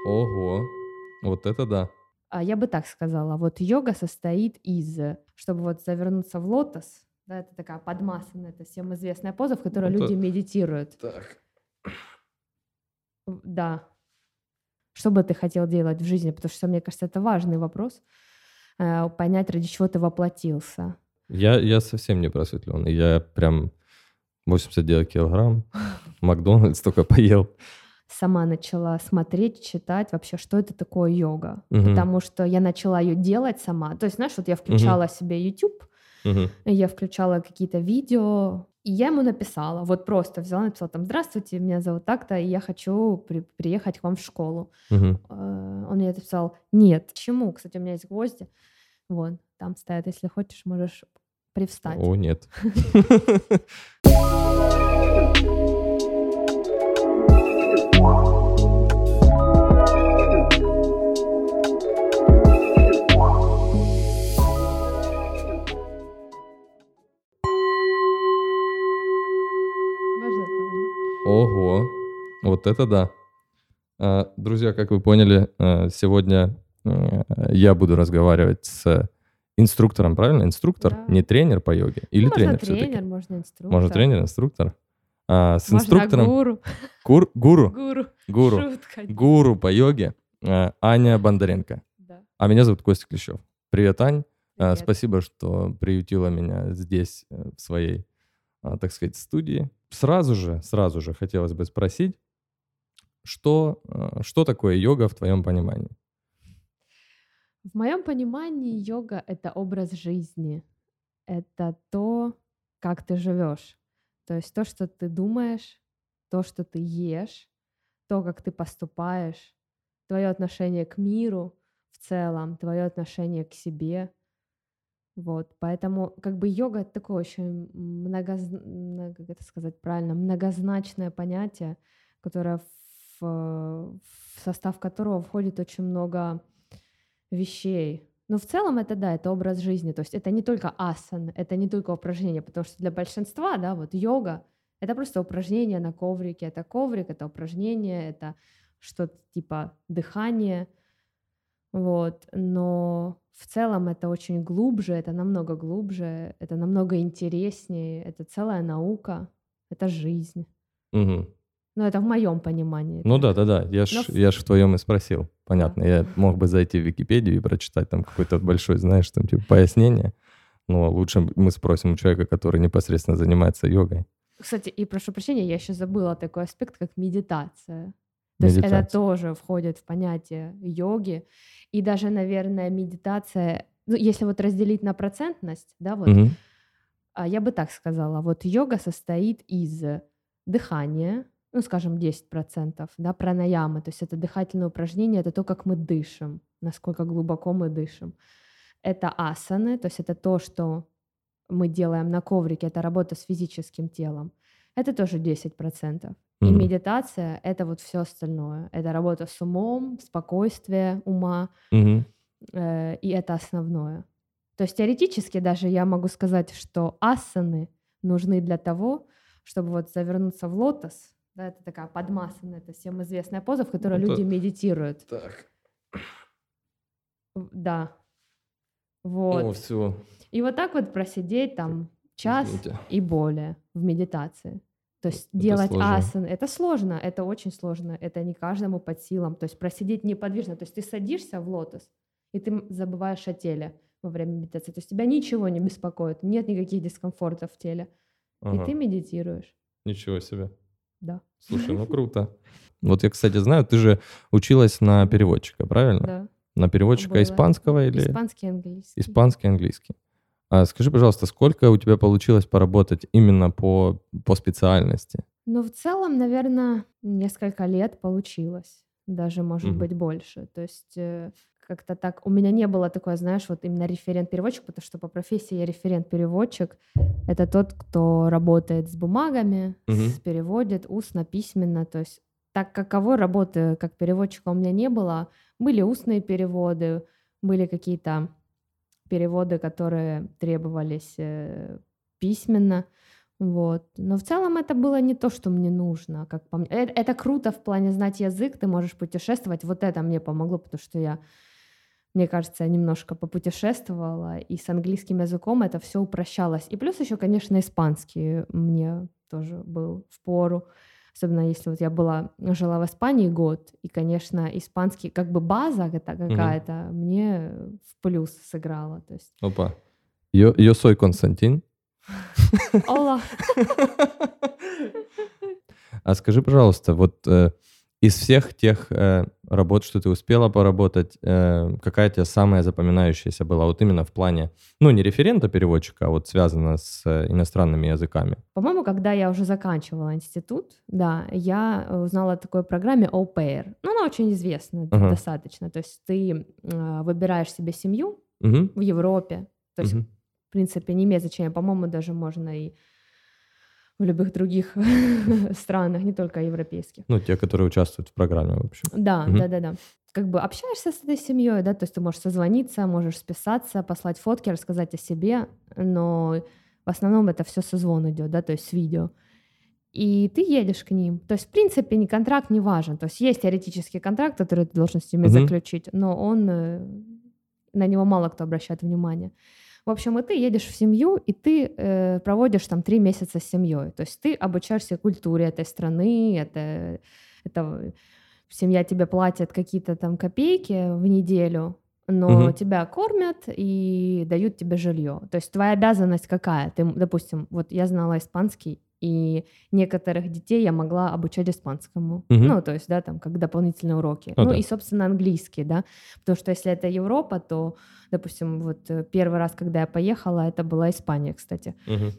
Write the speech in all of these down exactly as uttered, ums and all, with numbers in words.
Ого, вот это да. А я бы так сказала, вот йога состоит из, чтобы вот завернуться в лотос, да, это такая подмасана, это всем известная поза, в которой Это люди медитируют. так. В- Да. Что бы ты хотел делать в жизни? Потому что, мне кажется, это важный вопрос. э, Понять, ради чего ты воплотился. Я, я совсем не просветленный. Я прям восемьдесят девять килограмм, Макдональдс только поел. Сама начала смотреть, читать вообще, что это такое йога. Мгм, Потому что я начала ее делать сама. То есть, знаешь, вот я мгм, включала себе YouTube, мгм. я включала какие-то видео, и я ему написала, вот просто взяла, написала там: «Здравствуйте, меня зовут так-то, и я хочу при- приехать к вам в школу». Мгм. Э, Он мне написал: «Нет». Почему? Кстати, у меня есть гвозди. Вон, там стоят, если хочешь, можешь привстать. О, нет. Можно там, да? Ого, вот это да. А, Друзья, как вы поняли, э, сегодня э, я буду разговаривать с инструктором, правильно? Инструктор, Да. не тренер по йоге? Или Ну, можно тренер все-таки? тренер, можно инструктор. Может, тренер, инструктор? А, С Можно инструктором гуру. кур- гуру, Гуру. гуру, Шутка. гуру по йоге э, Аня Бондаренко. Да. А меня зовут Костя Клещев. Привет, Ань. А, Привет. Спасибо, что приютила меня здесь, э, в своей, а, так сказать, студии. Сразу же, сразу же хотелось бы спросить, что, э, что такое йога в твоем понимании? В моем понимании йога — это образ жизни. Это то, как ты живешь. То есть то, что ты думаешь, то, что ты ешь, то, как ты поступаешь, твое отношение к миру в целом, твое отношение к себе. Вот, поэтому как бы йога — это такое очень многоз... мно- как это сказать правильно, многозначное понятие, которое в, в состав которого входит очень много вещей. Но в целом это, да, это образ жизни. То есть это не только асан, это не только упражнения, потому что для большинства, да, вот йога — это просто упражнение на коврике. Это коврик, это упражнение, это что-то типа дыхания. Вот. Но в целом это очень глубже, это намного глубже, это намного интереснее, это целая наука, это жизнь. Мгм. Но это в моем понимании Ну да, так. да, да. Я Но ж, в- я ж в твоем и спросил. да. Понятно. Я мог бы зайти в Википедию и прочитать там какое-то большое, знаешь, там типа пояснение. Но лучше мы спросим у человека, который непосредственно занимается йогой. Кстати, и прошу прощения, я еще забыла такой аспект, как медитация. То есть это Медитация. тоже входит в понятие йоги. И даже, наверное, медитация, ну, если вот разделить на процентность, да, вот, Мгм. а, я бы так сказала, вот йога состоит из дыхания, ну, скажем, десять процентов, да, пранаямы, то есть это дыхательное упражнение, это то, как мы дышим, насколько глубоко мы дышим. Это асаны, то есть это то, что мы делаем на коврике, это работа с физическим телом. Это тоже десять процентов. И Мгм. медитация — это вот все остальное. Это работа с умом, спокойствие ума, Мгм. э, и это основное. То есть теоретически даже я могу сказать, что асаны нужны для того, чтобы вот завернуться в лотос. Да, это такая подмасана, это всем известная поза, в которой Это люди медитируют. так. В- Да, О, вот. все. И вот так вот просидеть там час Извините. и более в медитации. То есть Это делать сложно. асан — это сложно, это очень сложно, это не каждому под силам. То есть просидеть неподвижно, то есть ты садишься в лотос, и ты м- забываешь о теле во время медитации. То есть тебя ничего не беспокоит, нет никаких дискомфортов в теле. И Ага. ты медитируешь, Ничего себе. да. Слушай, ну круто. Вот я, кстати, знаю, ты же училась на переводчика, правильно? Да, На переводчика было. испанского или Испанский, английский. испанский, английский? А скажи, пожалуйста, сколько у тебя получилось поработать именно по, по специальности? Но в целом, наверное, несколько лет получилось, даже, может Мгм. быть, больше. То есть э, как-то так. У меня не было такое, знаешь, вот именно референт-переводчик, потому что по профессии я референт-переводчик. Это тот, кто работает с бумагами, Мгм. с переводит устно, письменно. То есть так каковой работы как переводчика у меня не было. Были устные переводы, были какие-то переводы, которые требовались э, письменно. Вот. Но в целом это было не то, что мне нужно, как по мне. Э- Это круто в плане знать язык, ты можешь путешествовать. Вот это мне помогло, потому что я, мне кажется, немножко попутешествовала, и с английским языком это все упрощалось. И плюс еще, конечно, испанский мне тоже был в пору. Особенно если вот я была, жила в Испании год, и, конечно, испанский, как бы база это Мгм. какая-то, мне в плюс сыграла. То есть, Опа. Yo, yo soy Константин. Ола, А скажи, пожалуйста, вот э, из всех тех э, работ, что ты успела поработать, э, какая тебе самая запоминающаяся была? Вот именно в плане, ну, не референта-переводчика, а вот связана с э, иностранными языками. по-моему, когда я уже заканчивала институт, да, я э, узнала о такой программе Au Pair. Ну, она очень известна д- Ага. достаточно. То есть ты э, выбираешь себе семью Мгм. в Европе. То есть, Мгм. в принципе, не имеет значения. По-моему, даже можно и в любых других странах, не только европейских. Ну, те, которые участвуют в программе, в общем. Да, Мгм. да-да-да. Как бы общаешься с этой семьей, да, то есть ты можешь созвониться, можешь списаться, послать фотки, рассказать о себе, но в основном это все созвон идет, да, то есть с видео. И ты едешь к ним. То есть, в принципе, ни контракт не важен. То есть есть теоретический контракт, который ты должен с ними Мгм. заключить, но он, э, на него мало кто обращает внимание. В общем, и ты едешь в семью, и ты э, проводишь там три месяца с семьей. То есть ты обучаешься культуре этой страны, это, это семья тебе платит какие-то там копейки в неделю, но Мгм. тебя кормят и дают тебе жилье. То есть твоя обязанность какая? Ты, м, допустим, вот я знала испанский, и некоторых детей я могла обучать испанскому. Мгм. Ну, то есть, да, там, как дополнительные уроки. Ну Ну да. и, собственно, английский, да, потому что если это Европа, то, допустим, вот э, первый раз, когда я поехала, это была Испания, кстати, Мгм.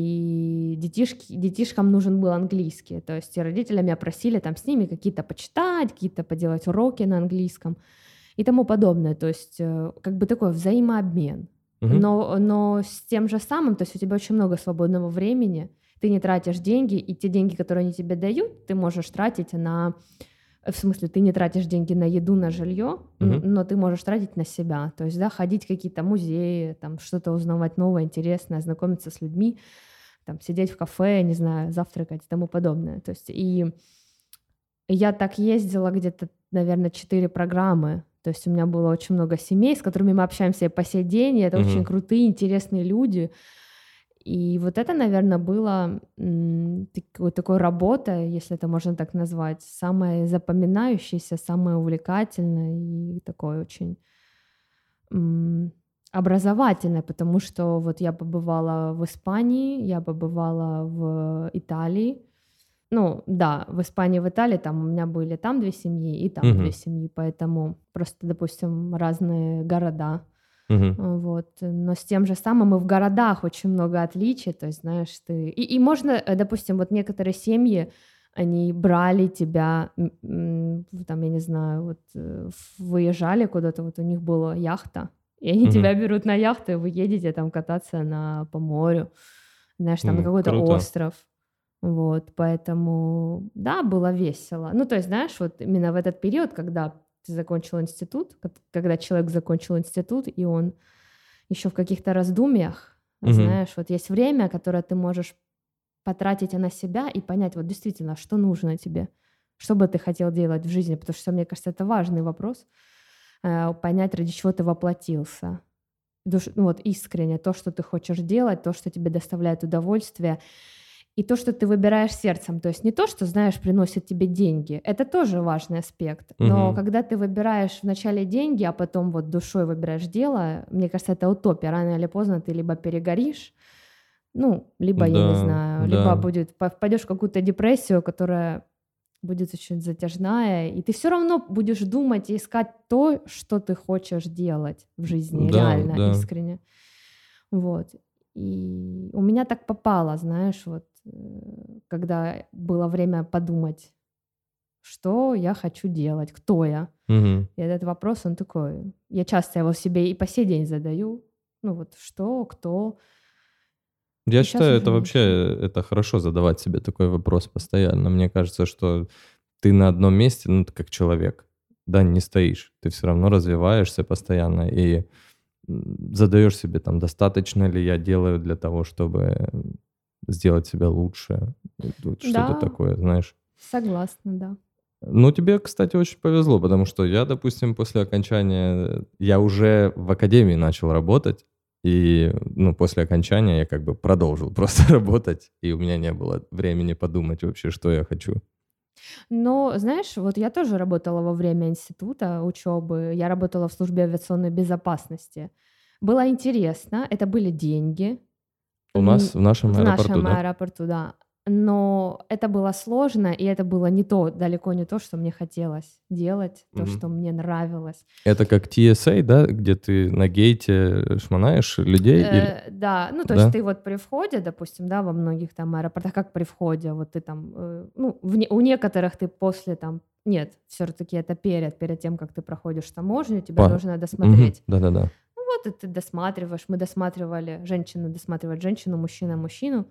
и детишки, детишкам нужен был английский. То есть и родители меня просили там с ними какие-то почитать, какие-то поделать уроки на английском и тому подобное. То есть э, как бы такой взаимообмен. Мгм. Но, но с тем же самым, то есть у тебя очень много свободного времени, ты не тратишь деньги, и те деньги, которые они тебе дают, ты можешь тратить на... В смысле, ты не тратишь деньги на еду, на жилье, Мгм. но ты можешь тратить на себя. То есть, да, ходить в какие-то музеи, там что-то узнавать новое, интересное, знакомиться с людьми, там сидеть в кафе, не знаю, завтракать и тому подобное. То есть и я так ездила где-то, наверное, четыре программы. То есть у меня было очень много семей, с которыми мы общаемся и по сей день, и это очень Мгм. крутые, интересные люди. И вот это, наверное, было м, так- вот такой работой, если это можно так назвать, самое запоминающееся, самое увлекательное и такое очень м, образовательное, потому что вот я побывала в Испании, я побывала в Италии. Ну да, в Испании, в Италии там у меня были там две семьи и там две Мгм. семьи, поэтому просто, допустим, разные города. Мгм. А, Вот. Но с тем же самым и в городах очень много отличий, то есть, знаешь, ты... И, и можно, э, допустим, вот некоторые семьи, они брали тебя, м, м, в- там, я не знаю, вот э, в- выезжали куда-то, вот у них была яхта, и они Мгм. тебя берут на яхту, и вы едете там кататься на, по морю, знаешь, там на М, какой-то Круто. остров. Вот, поэтому, да, было весело. Ну, то есть, знаешь, вот именно в этот период, когда ты закончил институт, кот- когда человек закончил институт, и он еще в каких-то раздумьях, Мгм. знаешь, вот есть время, которое ты можешь потратить на себя и понять, вот действительно, что нужно тебе, что бы ты хотел делать в жизни, потому что, мне кажется, это важный вопрос, э, понять, ради чего ты воплотился. Душ- ну, вот искренне то, что ты хочешь делать, то, что тебе доставляет удовольствие, и то, что ты выбираешь сердцем. То есть не то, что, знаешь, приносит тебе деньги. Это тоже важный аспект. Но Мгм. когда ты выбираешь вначале деньги, а потом вот душой выбираешь дело, мне кажется, это утопия. Рано или поздно ты либо перегоришь, ну, либо, я не Да, знаю, либо да. будет, по- впадешь в какую-то депрессию, которая будет очень затяжная, и ты все равно будешь думать и искать то, что ты хочешь делать в жизни, Да, реально, да. искренне. Вот. И у меня так попало, знаешь, вот, э, когда было время подумать, что я хочу делать, кто я. Мгм. И этот вопрос, он такой, я часто его себе и по сей день задаю. Ну вот что, кто. Я И сейчас считаю, уже это вообще, меньше. э, это хорошо задавать себе такой вопрос постоянно. Мне кажется, что ты на одном месте, ну, ты как человек, да, не стоишь. Ты все равно развиваешься постоянно и м, задаешь себе там, достаточно ли я делаю для того, чтобы сделать себя лучше, вот что-то Да, такое, знаешь. согласна, да. Ну, тебе, кстати, очень повезло, потому что я, допустим, после окончания, я уже в академии начал работать, и, ну, после окончания я как бы продолжил просто работать, и у меня не было времени подумать вообще, что я хочу. Но, знаешь, вот я тоже работала во время института, учебы. Я работала в службе авиационной безопасности. Было интересно, это были деньги. У нас в нашем В аэропорту, нашем да? аэропорту, да. Но это было сложно, и это было не то, далеко не то, что мне хотелось делать, то, Мгм. что мне нравилось. Это как ти эс эй, да, где ты на гейте шмонаешь людей или... Э, да, ну, то есть Да? ты вот при входе, допустим, да, во многих там аэропортах, как при входе, вот ты там, э, ну, в не у некоторых ты после там нет, все таки это перед, перед тем, как ты проходишь таможню, тебя Па- нужно Мгм. досмотреть. Да-да-да. Ну вот и ты досматриваешь. Мы досматривали, женщина досматривает женщину, мужчина мужчину.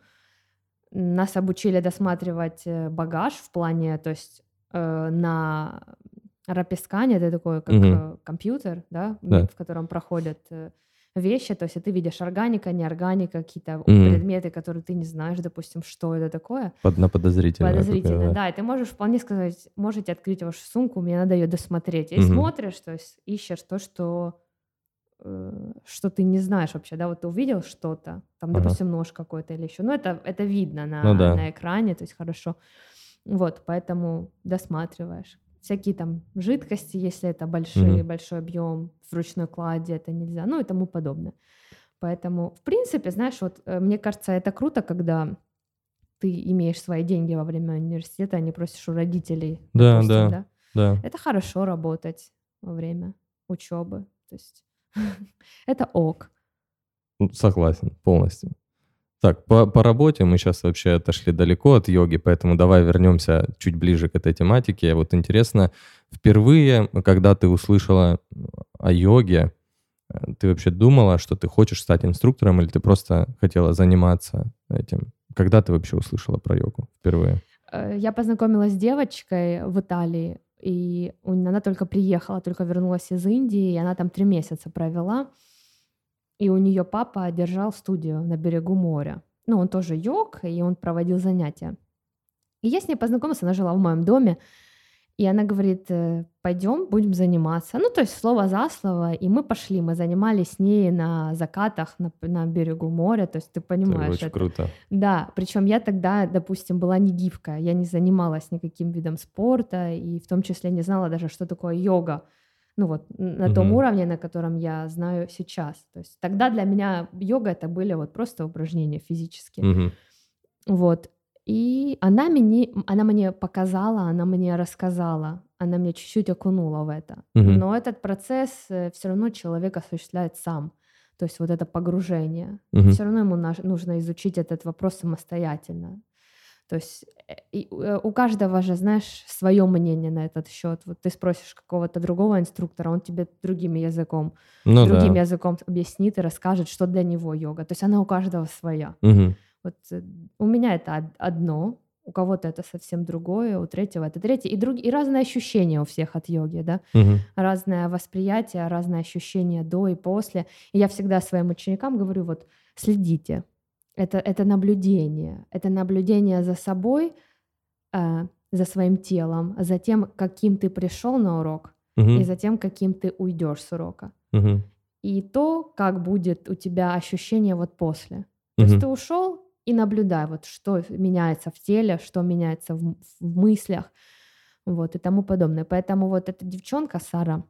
Нас обучили досматривать, э, багаж в плане, то есть, э, на рапискане это такой, как, Мгм. э, компьютер, да, ме Да. в котором проходят, э, вещи. То есть и ты видишь органика, неорганика, какие-то Мгм. предметы, которые ты не знаешь, допустим, что это такое. Под, на подозрительное такое, Подозрительно, да. да. И ты можешь вполне сказать: "Можете открыть вашу сумку, мне надо ее досмотреть". И Мгм. смотришь, то есть ищешь то, что э, что ты не знаешь вообще, да, вот ты увидел что-то, там, Ага. допустим, нож какой-то или еще, ну, это, это видно Ну на, да. на экране, то есть хорошо, вот, поэтому досматриваешь. Всякие там жидкости, если это большие, Мгм. большой объем, в ручной кладе это нельзя, ну и тому подобное. Поэтому, в принципе, знаешь, вот э, мне кажется, это круто, когда ты имеешь свои деньги во время университета, а не просишь у родителей, Да, допустим, да, да. да. Это хорошо работать во время учебы, то есть это ок. Ну, согласен полностью. Так, по, по работе мы сейчас вообще отошли далеко от йоги, поэтому давай вернемся чуть ближе к этой тематике. Вот интересно, впервые, когда ты услышала о йоге, э, ты вообще думала, что ты хочешь стать инструктором, или ты просто хотела заниматься этим? Когда ты вообще услышала про йогу впервые? Э, я познакомилась с девочкой в Италии, и у н она только приехала, только вернулась из Индии, и она там три месяца провела. И у нее папа держал студию на берегу моря. Ну, он тоже йог, и он проводил занятия. И я с ней познакомилась, она жила в моем доме, и она говорит: э, "Пойдем, будем заниматься". Ну, то есть слово за слово, и мы пошли. Мы занимались с ней на закатах на п на берегу моря, то есть ты Это понимаешь очень это. круто. Да, причем я тогда, допустим, была не гибкая, я не занималась никаким видом спорта, и в том числе не знала даже, что такое йога. Ну вот, н на том Мгм. уровне, на котором я знаю сейчас. То есть тогда для меня йога — это были вот просто упражнения физические. Мгм. Вот. И она мне, она мне показала, она мне рассказала, она меня чуть-чуть окунула в это. Мгм. Но этот процесс все равно человек осуществляет сам. То есть вот это погружение. Мгм. Все равно ему наш- нужно изучить этот вопрос самостоятельно. То есть э, и, э, у каждого же, знаешь, свое мнение на этот счет. Вот ты спросишь какого-то другого инструктора, он тебе другим языком, Ну другим да. языком объяснит и расскажет, что для него йога. То есть она у каждого своя. Мгм. Вот, э, у меня это од одно, у кого-то это совсем другое, у третьего это третье. И друг и разные ощущения у всех от йоги, да. Мгм. Разное восприятие, разные ощущения до и после. И я всегда своим ученикам говорю: вот следите. Это это наблюдение. Это наблюдение за собой, а, за своим телом, за тем, каким ты пришел на урок, и Мгм. за тем, каким ты уйдешь с урока. Мгм. И то, как будет у тебя ощущение вот после. То есть Мгм. ты ушел и наблюдай, вот что меняется в теле, что меняется в, м- в мыслях, вот и тому подобное. Поэтому вот эта девчонка Сара,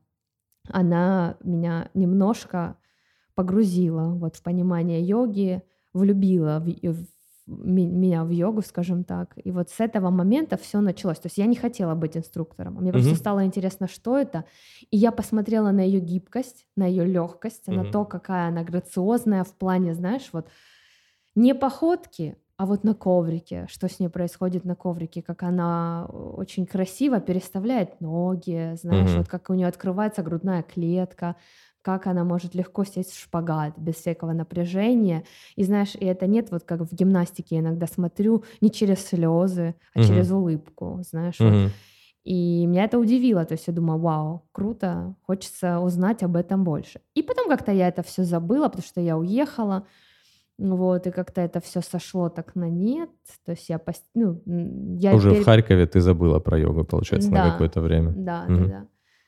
она меня немножко погрузила вот в понимание йоги, влюбила в, и в ми- меня в йогу, скажем так. И вот с этого момента все началось. То есть я не хотела быть инструктором, а мне просто Мгм. стало интересно, что это. И я посмотрела на ее гибкость, на ее легкость, на Мгм. то, какая она грациозная в плане, знаешь, вот не походки, а вот на коврике, что с ней происходит на коврике, как она э, очень красиво переставляет ноги, знаешь, Мгм. вот как у нее открывается грудная клетка, как она может легко сесть в шпагат без всякого напряжения. И знаешь, и это нет, вот как в гимнастике я иногда смотрю, не через слезы, а Мгм. через улыбку, знаешь, вот. Мгм. И меня это удивило, то есть я думаю: вау, круто, хочется узнать об этом больше. И потом как-то я это все забыла, потому что я уехала, Вот, и как-то это все сошло так на нет. То есть я, пос- ну, м, я Уже в пере- Харькове ты забыла про йогу, получается, на Да, какое-то время. да, да, Мгм. да.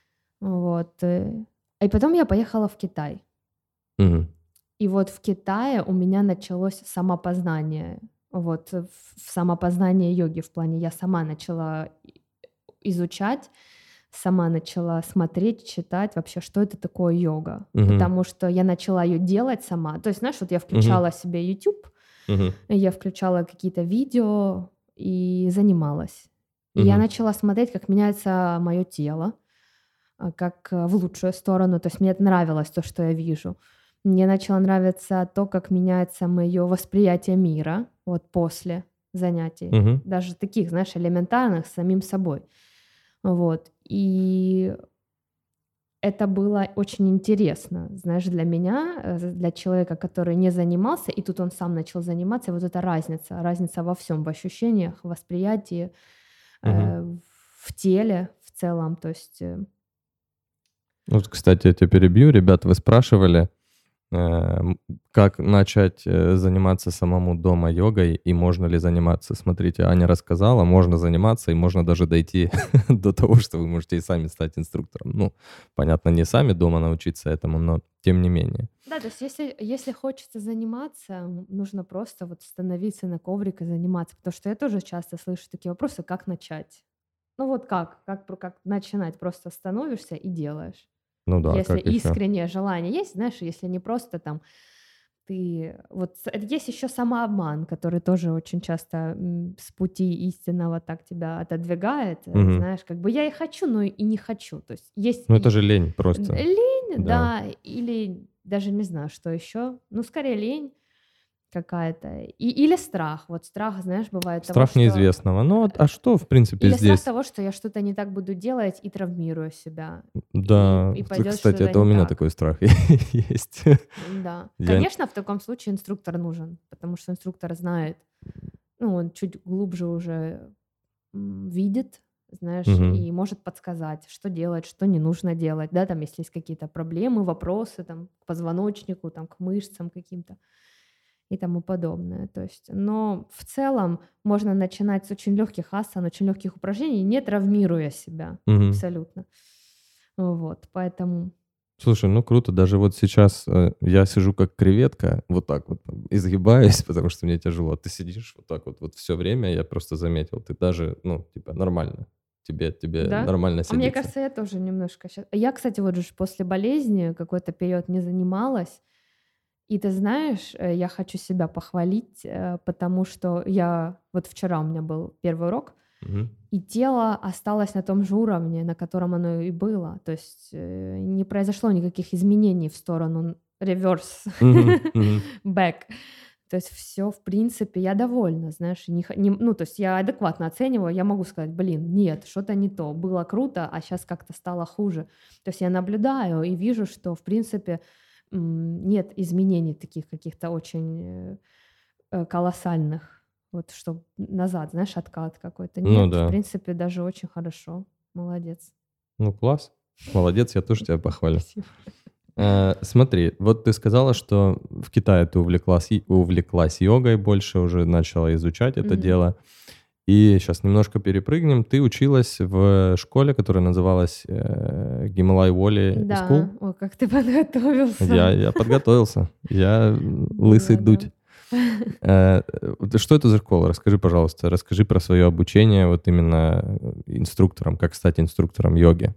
Вот. э. И потом я поехала в Китай. Мгм. И вот в Китае у меня началось самопознание. Вот э, в в самопознание йоги в плане я сама начала и- изучать, сама начала смотреть, читать вообще, что это такое йога. Мгм. Потому что я начала ее делать сама. То есть, знаешь, вот я Мгм. включала себе YouTube, Мгм. я включала какие-то видео и занималась. И я Мгм. начала смотреть, как меняется мое тело, а, как э, в лучшую сторону. То есть мне это нравилось, то, что я вижу. Мне начало нравиться то, как меняется мое восприятие мира вот после занятий. Мгм. Даже таких, знаешь, элементарных с самим собой. Вот. И это было очень интересно, знаешь, для меня, э, з- для человека, который не занимался, и тут он сам начал заниматься, и вот эта разница, разница во всем, в ощущениях, в восприятии, Мгм. э, в теле в целом, то есть, э, Вот, кстати, я тебя перебью. Ребят, вы спрашивали, эм, как начать э, заниматься самому дома йогой и можно ли заниматься. Смотрите, Аня рассказала, можно заниматься и можно даже дойти до того, что вы можете и сами стать инструктором. Ну, понятно, не сами дома научиться этому, но тем не менее. да, то есть если, если хочется заниматься, м, нужно просто вот становиться на коврик и заниматься, потому что я тоже часто слышу такие вопросы, как начать. Ну вот как, как, про- как начинать, просто становишься и делаешь. Ну да, Если как еще? искреннее желание есть, знаешь, если не просто там ты... Вот с- это есть еще самообман, который тоже очень часто м, с пути истинного так тебя отодвигает. э, Мгм. Знаешь, как бы я и хочу, но и не хочу. То есть есть Ну это и же лень н- просто, лень, да. да, или даже не знаю, что еще. Ну, скорее лень какая-то. И, или страх. Вот страх, знаешь, бывает того, Страх что... неизвестного. Ну вот, а что, в принципе, Или страх здесь? того, что я что-то не так буду делать и травмирую себя. И, Да, и т- пойдет кстати, что-то это у не меня так. такой страх есть. Да, Я... конечно, в таком случае инструктор нужен, потому что инструктор знает, ну, он чуть глубже уже м, видит, знаешь, Мгм. и может подсказать, что делать, что не нужно делать, да, там, если есть какие-то проблемы, вопросы, там, к позвоночнику, там, к мышцам каким-то и тому подобное. То есть, но в целом можно начинать с очень легких асан, очень легких упражнений, не травмируя себя Мгм. абсолютно. Вот, поэтому, Слушай, ну круто. Даже вот сейчас э, я сижу как креветка, вот так вот там, изгибаюсь, потому что мне тяжело. Ты сидишь вот так вот, вот все время, я просто заметил, ты даже, ну, типа, нормально. Тебе, тебе да. нормально А мне сидится. кажется, я тоже немножко сейчас. Я, кстати, вот же ж после болезни какой-то период не занималась. И ты знаешь, э, я хочу себя похвалить, э, потому что я вот вчера у меня был первый урок, Мгм. и тело осталось на том же уровне, на котором оно и было. То есть э, не произошло никаких изменений в сторону реверс, Мгм. Мгм. back. То есть все, в принципе, я довольна, знаешь, не, х- не- ну, то есть я адекватно оцениваю, я могу сказать, блин, нет, что-то не то, было круто, а сейчас как-то стало хуже. То есть я наблюдаю и вижу, что, в принципе, м, нет изменений таких каких-то очень э, э, колоссальных, вот что назад, знаешь, откат какой-то. Ну Нет, в да. принципе, даже очень хорошо. Молодец. Ну класс. Молодец, я тоже тебя похвалю. Спасибо. Э, смотри, вот ты сказала, что в Китае ты увлеклась, и- увлеклась йогой больше, уже начала изучать это Мгм. дело. И сейчас немножко перепрыгнем. Ты училась в школе, которая называлась э, Гималай Воли School. Да, о, как ты подготовился. Я, я подготовился. Я м, лысый Было, да. дуть. Э, э, вот что это за школа? Расскажи, пожалуйста. Расскажи про свое обучение вот именно э, инструктором, как стать инструктором йоги.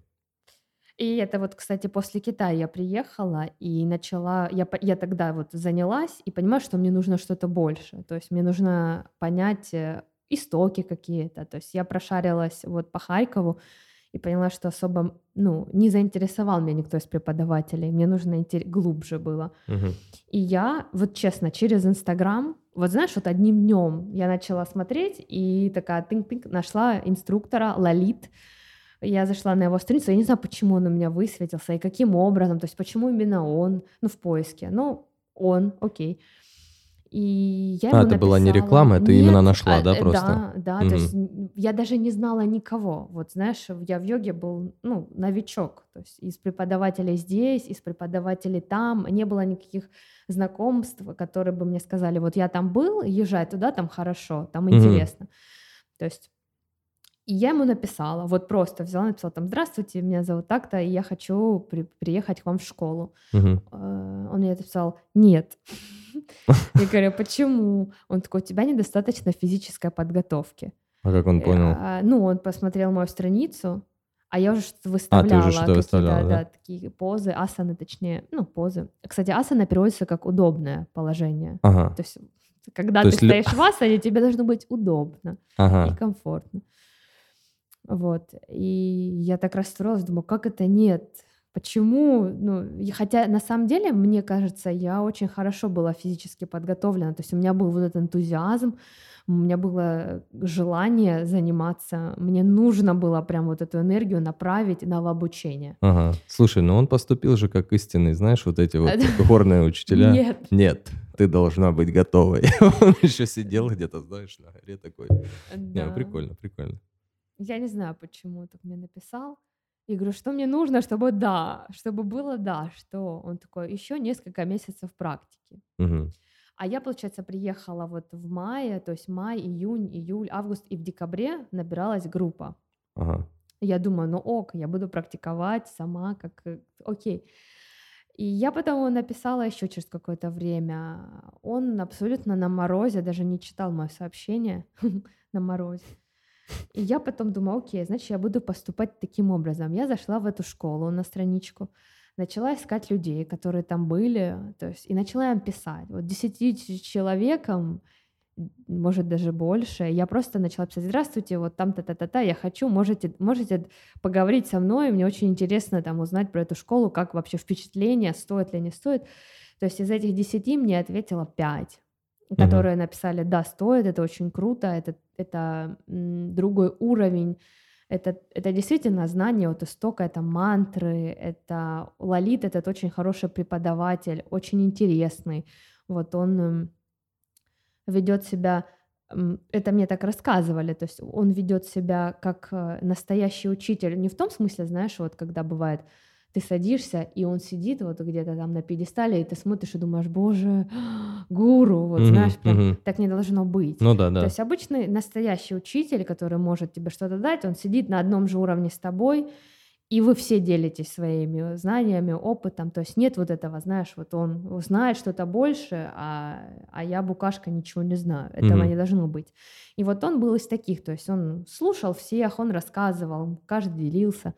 И это вот, кстати, после Китая я приехала и начала, я, по- я тогда вот занялась и понимаю, что мне нужно что-то больше. То есть мне нужно понять э, истоки какие-то. То есть я прошарилась вот по Харькову и поняла, что особо, ну, не заинтересовал меня никто из преподавателей. Мне нужно интер- глубже было. Мгм. И я, вот честно, через Инстаграм, вот знаешь, вот одним днем я начала смотреть и такая тынк-тынк нашла инструктора Лалит. Я зашла на его страницу, я не знаю, почему он у меня высветился и каким образом, то есть почему именно он, ну, в поиске, ну, он, окей. И я А, ему это была не написала, реклама, ты именно нет, нашла, а, да, э, просто? да, да, то есть Мгм. н- я даже не знала никого. Вот знаешь, я в йоге был, ну, новичок, то есть из преподавателей здесь, из преподавателей там, не было никаких знакомств, которые бы мне сказали, вот я там был, езжай туда, там хорошо, там Мгм. интересно. То есть и я ему написала, вот просто взяла, написала там: «Здравствуйте, меня зовут так-то, и я хочу при- приехать к вам в школу». Мгм. Э, Он мне написал: «Нет». Я говорю: «Почему?» Он такой: «У тебя недостаточно физической подготовки». А как он Э, понял? а, Ну, он посмотрел мою страницу, а я уже что-то А, ты уже выставляла, что-то какие-то, выставляла, да? да, такие позы, асаны, точнее, ну, позы. Кстати, асана переводится как «удобное положение». Ага. То есть, когда То ты есть лю стоишь в асане, тебе должно быть удобно и Ага. комфортно. Вот. И я так расстроилась, думаю, как это нет? Почему? Ну, и хотя на самом деле, мне кажется, я очень хорошо была физически подготовлена. То есть у меня был вот этот энтузиазм, у меня было желание заниматься, мне нужно было прям вот эту энергию направить на обучение. Ага. Слушай, ну он поступил же как истинный, знаешь, вот эти вот горные учителя. Нет, Нет, ты должна быть готовой. Он еще сидел где-то, знаешь, на горе такой. Не, ну да. прикольно, прикольно. Я не знаю, почему так мне написал. И говорю, что мне нужно, чтобы да, чтобы было да, что он такой, еще несколько месяцев практики. Мгм. А я, получается, приехала вот в мае, то есть май, июнь, июль, август, и в декабре набиралась группа. Ага. И я думаю, ну ок, я буду практиковать сама, как э, окей. И я потом ему написала еще через какое-то время. Он абсолютно на морозе, даже не читал мое сообщение на морозе. И я потом думаю, окей, значит, я буду поступать таким образом. Я зашла в эту школу на страничку, начала искать людей, которые там были, то есть, и начала им писать. Вот десяти ч- человекам, м, может, даже больше, я просто начала писать: «Здравствуйте, вот там-то, та-та-та, я хочу, можете, можете поговорить со мной, мне очень интересно там узнать про эту школу, как вообще впечатление, стоит ли, не стоит». То есть из этих десяти мне ответило пять, Мгм. которые написали: «Да, стоит, это очень круто, это, это м, другой уровень, это, это действительно знание от истока, это мантры, это Лолит, этот очень хороший преподаватель, очень интересный, вот он м, ведет себя, м, это мне так рассказывали, то есть он ведет себя как э, настоящий учитель, не в том смысле, знаешь, вот когда бывает, ты садишься, и он сидит вот где-то там на пьедестале, и ты смотришь и думаешь: «Боже, гуру», вот знаешь, Мгм. прям Мгм. так не должно быть. Ну да, То да. есть обычный настоящий учитель, который может тебе что-то дать, он сидит на одном же уровне с тобой, и вы все делитесь своими знаниями, опытом. То есть нет вот этого, знаешь, вот он знает что-то больше, а, а я, букашка, ничего не знаю. Этого Мгм. не должно быть. И вот он был из таких, то есть он слушал всех, он рассказывал, каждый делился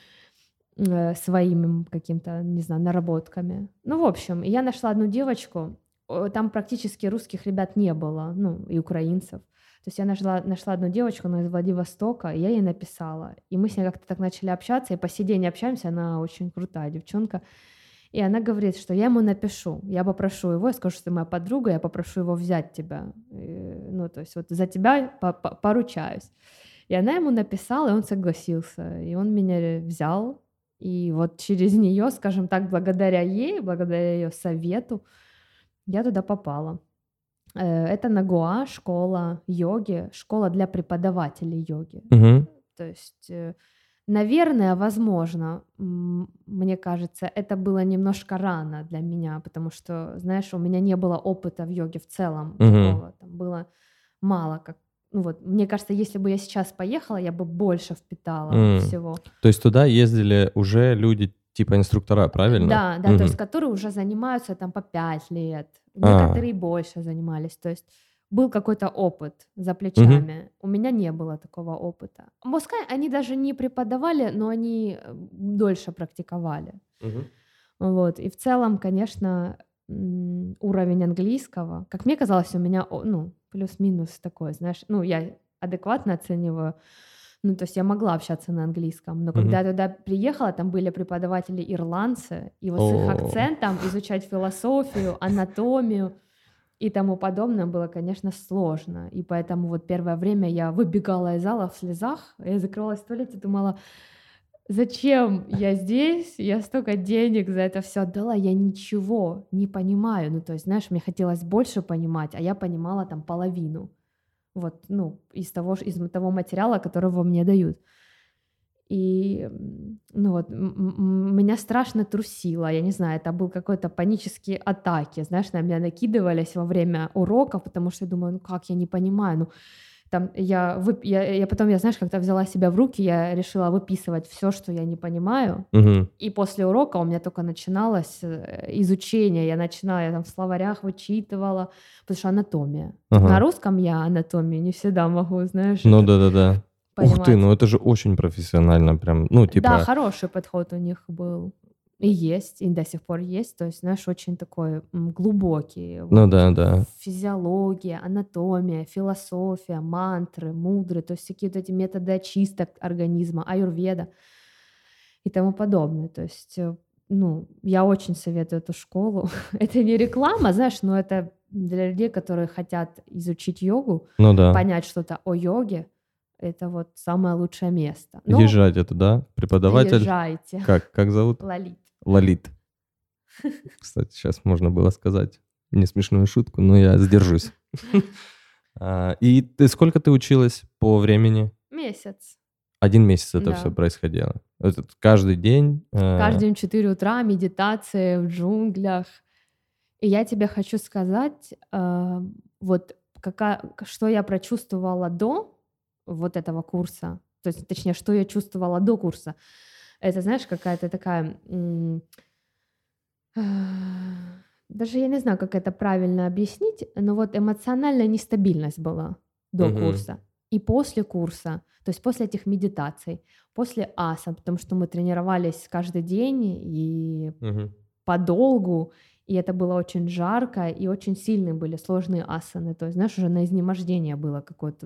э, своими каким-то, не знаю, наработками. Ну, в общем, я нашла одну девочку, о, там практически русских ребят не было, ну, и украинцев. То есть я нашла, нашла одну девочку, она из Владивостока, и я ей написала. И мы с ней как-то так начали общаться, и по сей день общаемся, она очень крутая девчонка. И она говорит, что я ему напишу, я попрошу его, я скажу, что ты моя подруга, я попрошу его взять тебя. Э, Ну, то есть вот за тебя по- по- поручаюсь. И она ему написала, и он согласился. И он меня взял. И вот через нее, скажем так, благодаря ей, благодаря ее совету, я туда попала. Э, Это Нагуа, школа йоги, школа для преподавателей йоги. Мгм. То есть, э, наверное, возможно, м, мне кажется, это было немножко рано для меня, потому что, знаешь, у меня не было опыта в йоге в целом Мгм. такого, там было мало как. Ну вот, мне кажется, если бы я сейчас поехала, я бы больше впитала М. всего. То есть туда ездили уже люди типа инструктора, Э, правильно? Да, да, то есть Мгм. которые уже занимаются там по пять лет, А. некоторые больше занимались, то есть был какой-то опыт за Мгм. плечами. У меня не было такого опыта. Пускай они даже не преподавали, но они э, дольше практиковали. Мгм. Вот. И в целом, конечно, м, уровень английского, как мне казалось, у меня, о, ну, плюс-минус такой, знаешь, ну, я адекватно оцениваю, ну, то есть я могла общаться на английском, но когда Мгм. я туда приехала, там были преподаватели ирландцы, и вот с их О. акцентом изучать философию, анатомию и тому подобное было, конечно, сложно. И поэтому вот первое время я выбегала из зала в слезах, я закрывалась в туалете, думала, зачем я здесь, я столько денег за это все отдала, я ничего не понимаю. Ну, то есть, знаешь, мне хотелось больше понимать, а я понимала там половину. Вот, ну, из того, ж- из того материала, которого мне дают. И, м, ну вот, м- м- меня страшно трусило, я не знаю, это был какой-то панические атаки, знаешь, на меня накидывались во время уроков, потому что я думаю, ну как, я не понимаю, ну, там я, вып- я, я потом, я, знаешь, когда взяла себя в руки, я решила выписывать все, что я не понимаю, Мгм. и после урока у меня только начиналось э, изучение, я начинала, я там в словарях вычитывала, потому что анатомия. Тут на Ага. русском я анатомию не всегда могу, знаешь, Ну это да-да-да. Ух ты, понимать. ну это же очень профессионально прям. Ну, Да, типа, хороший подход у них был. И есть, и до сих пор есть. То есть, знаешь, очень такой м, глубокий. ну Вот да-да. физиология, анатомия, философия, мантры, мудры, то есть всякие вот эти методы очисток организма, аюрведа и тому подобное. То есть, э, ну, я очень советую эту школу. Это не реклама, знаешь, но это для людей, которые хотят изучить йогу, Ну да. понять что-то о йоге. Это вот самое лучшее место. Но Езжать это, да? Преподаватель. езжайте. Как? Как зовут? Лолит. Лолит. Кстати, сейчас можно было сказать не смешную шутку, но я сдержусь. А, И ты сколько ты училась по времени? Месяц, Один месяц это все да. происходило. Этот каждый день. э, Каждый день в четыре утра медитация в джунглях. И я тебе хочу сказать, а, вот какая, к- что я прочувствовала до вот этого курса, то есть, точнее, что я чувствовала до курса. Это, знаешь, какая-то такая, м, а, даже я не знаю, как это правильно объяснить, но вот эмоциональная нестабильность была до Мгм. курса и после курса, то есть после этих медитаций, после асан, потому что мы тренировались каждый день и Мгм. подолгу, и это было очень жарко, и очень сильные были сложные асаны, то есть, знаешь, уже на изнемождение было какое-то.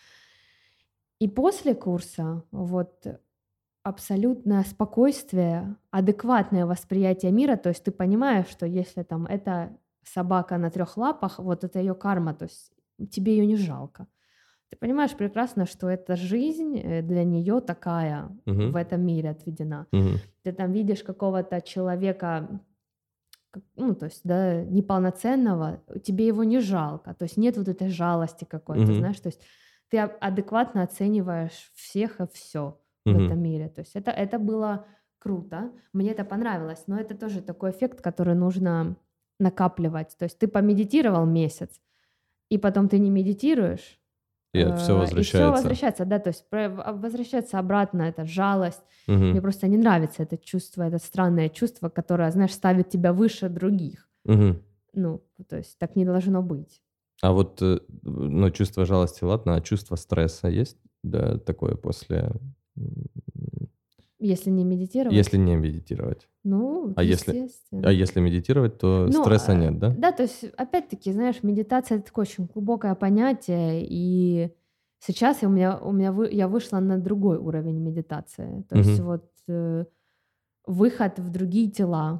И после курса вот абсолютное спокойствие, адекватное восприятие мира. То есть ты понимаешь, что если там эта собака на трех лапах, вот это ее карма, то есть тебе ее не жалко. Ты понимаешь прекрасно, что эта жизнь э, для нее такая в Мгм. этом мире отведена. Мгм. Ты там видишь какого-то человека, как- ну, то есть, да, неполноценного, тебе его не жалко, то есть нет вот этой жалости какой-то, Мгм. знаешь, то есть ты а- адекватно оцениваешь всех и все в Мгм. этом мире, то есть это, это было круто, мне это понравилось, но это тоже такой эффект, который нужно накапливать, то есть ты помедитировал месяц, и потом ты не медитируешь, И все э, и все возвращается. возвращается, да, то есть про- в- а, возвращается обратно эта жалость. Мне Мгм. просто не нравится это чувство, это странное чувство, которое, знаешь, ставит тебя выше других. Мгм. Ну, то есть так не должно быть. А вот, э, ну, чувство жалости, ладно, а чувство стресса есть? Да, такое после, м, Если не если медитировать, не медитировать? ну, А если а естественно. если медитировать, то Ну, стресса э, нет, да? да, то есть, опять-таки, знаешь, медитация это такое очень глубокое понятие, и сейчас я, у меня, у меня вы- я вышла на другой уровень медитации. То есть Мгм. вот э, выход в другие тела.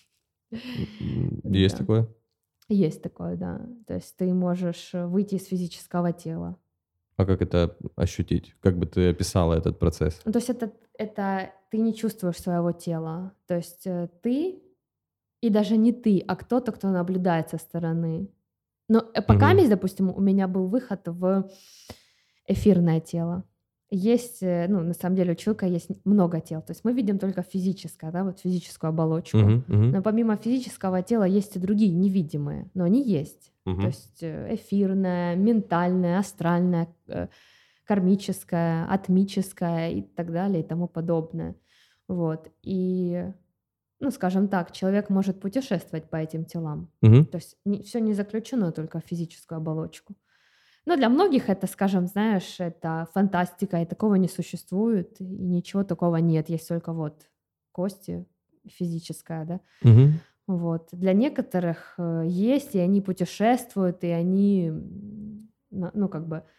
М, м, есть Да, такое? есть такое, да. То есть ты можешь э, выйти из физического тела. А как это ощутить? Как бы ты описала этот процесс? Ну, то есть это, это ты не чувствуешь своего тела. То есть э, ты, и даже не ты, а кто-то, кто наблюдает со стороны. Но э, пока, Мгм. допустим, у меня был выход в эфирное тело. Есть, э, ну, на самом деле у человека есть много тел. То есть мы видим только физическое, да, вот физическую оболочку. Мгм. Мгм. Но помимо физического тела есть и другие невидимые, но они есть. То Мгм. есть э, эфирное, ментальное, астральное, э, кармическое, атмическое и так далее и тому подобное. Вот. И, ну, скажем так, человек может путешествовать по этим телам. Мгм. То есть все не заключено только в физическую оболочку. Но для многих это, скажем, знаешь, это фантастика, и такого не существует, и ничего такого нет. Есть только вот кости, физическая, да. Мгм. Вот. Для некоторых э, есть, и они путешествуют, и они, м, на- ну, как бы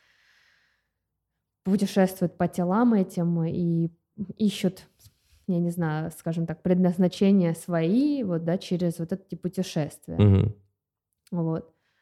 путешествуют по телам этим и ищут, я не знаю, скажем так, предназначения свои, вот, да, через вот эти путешествия. Мгм. Вот.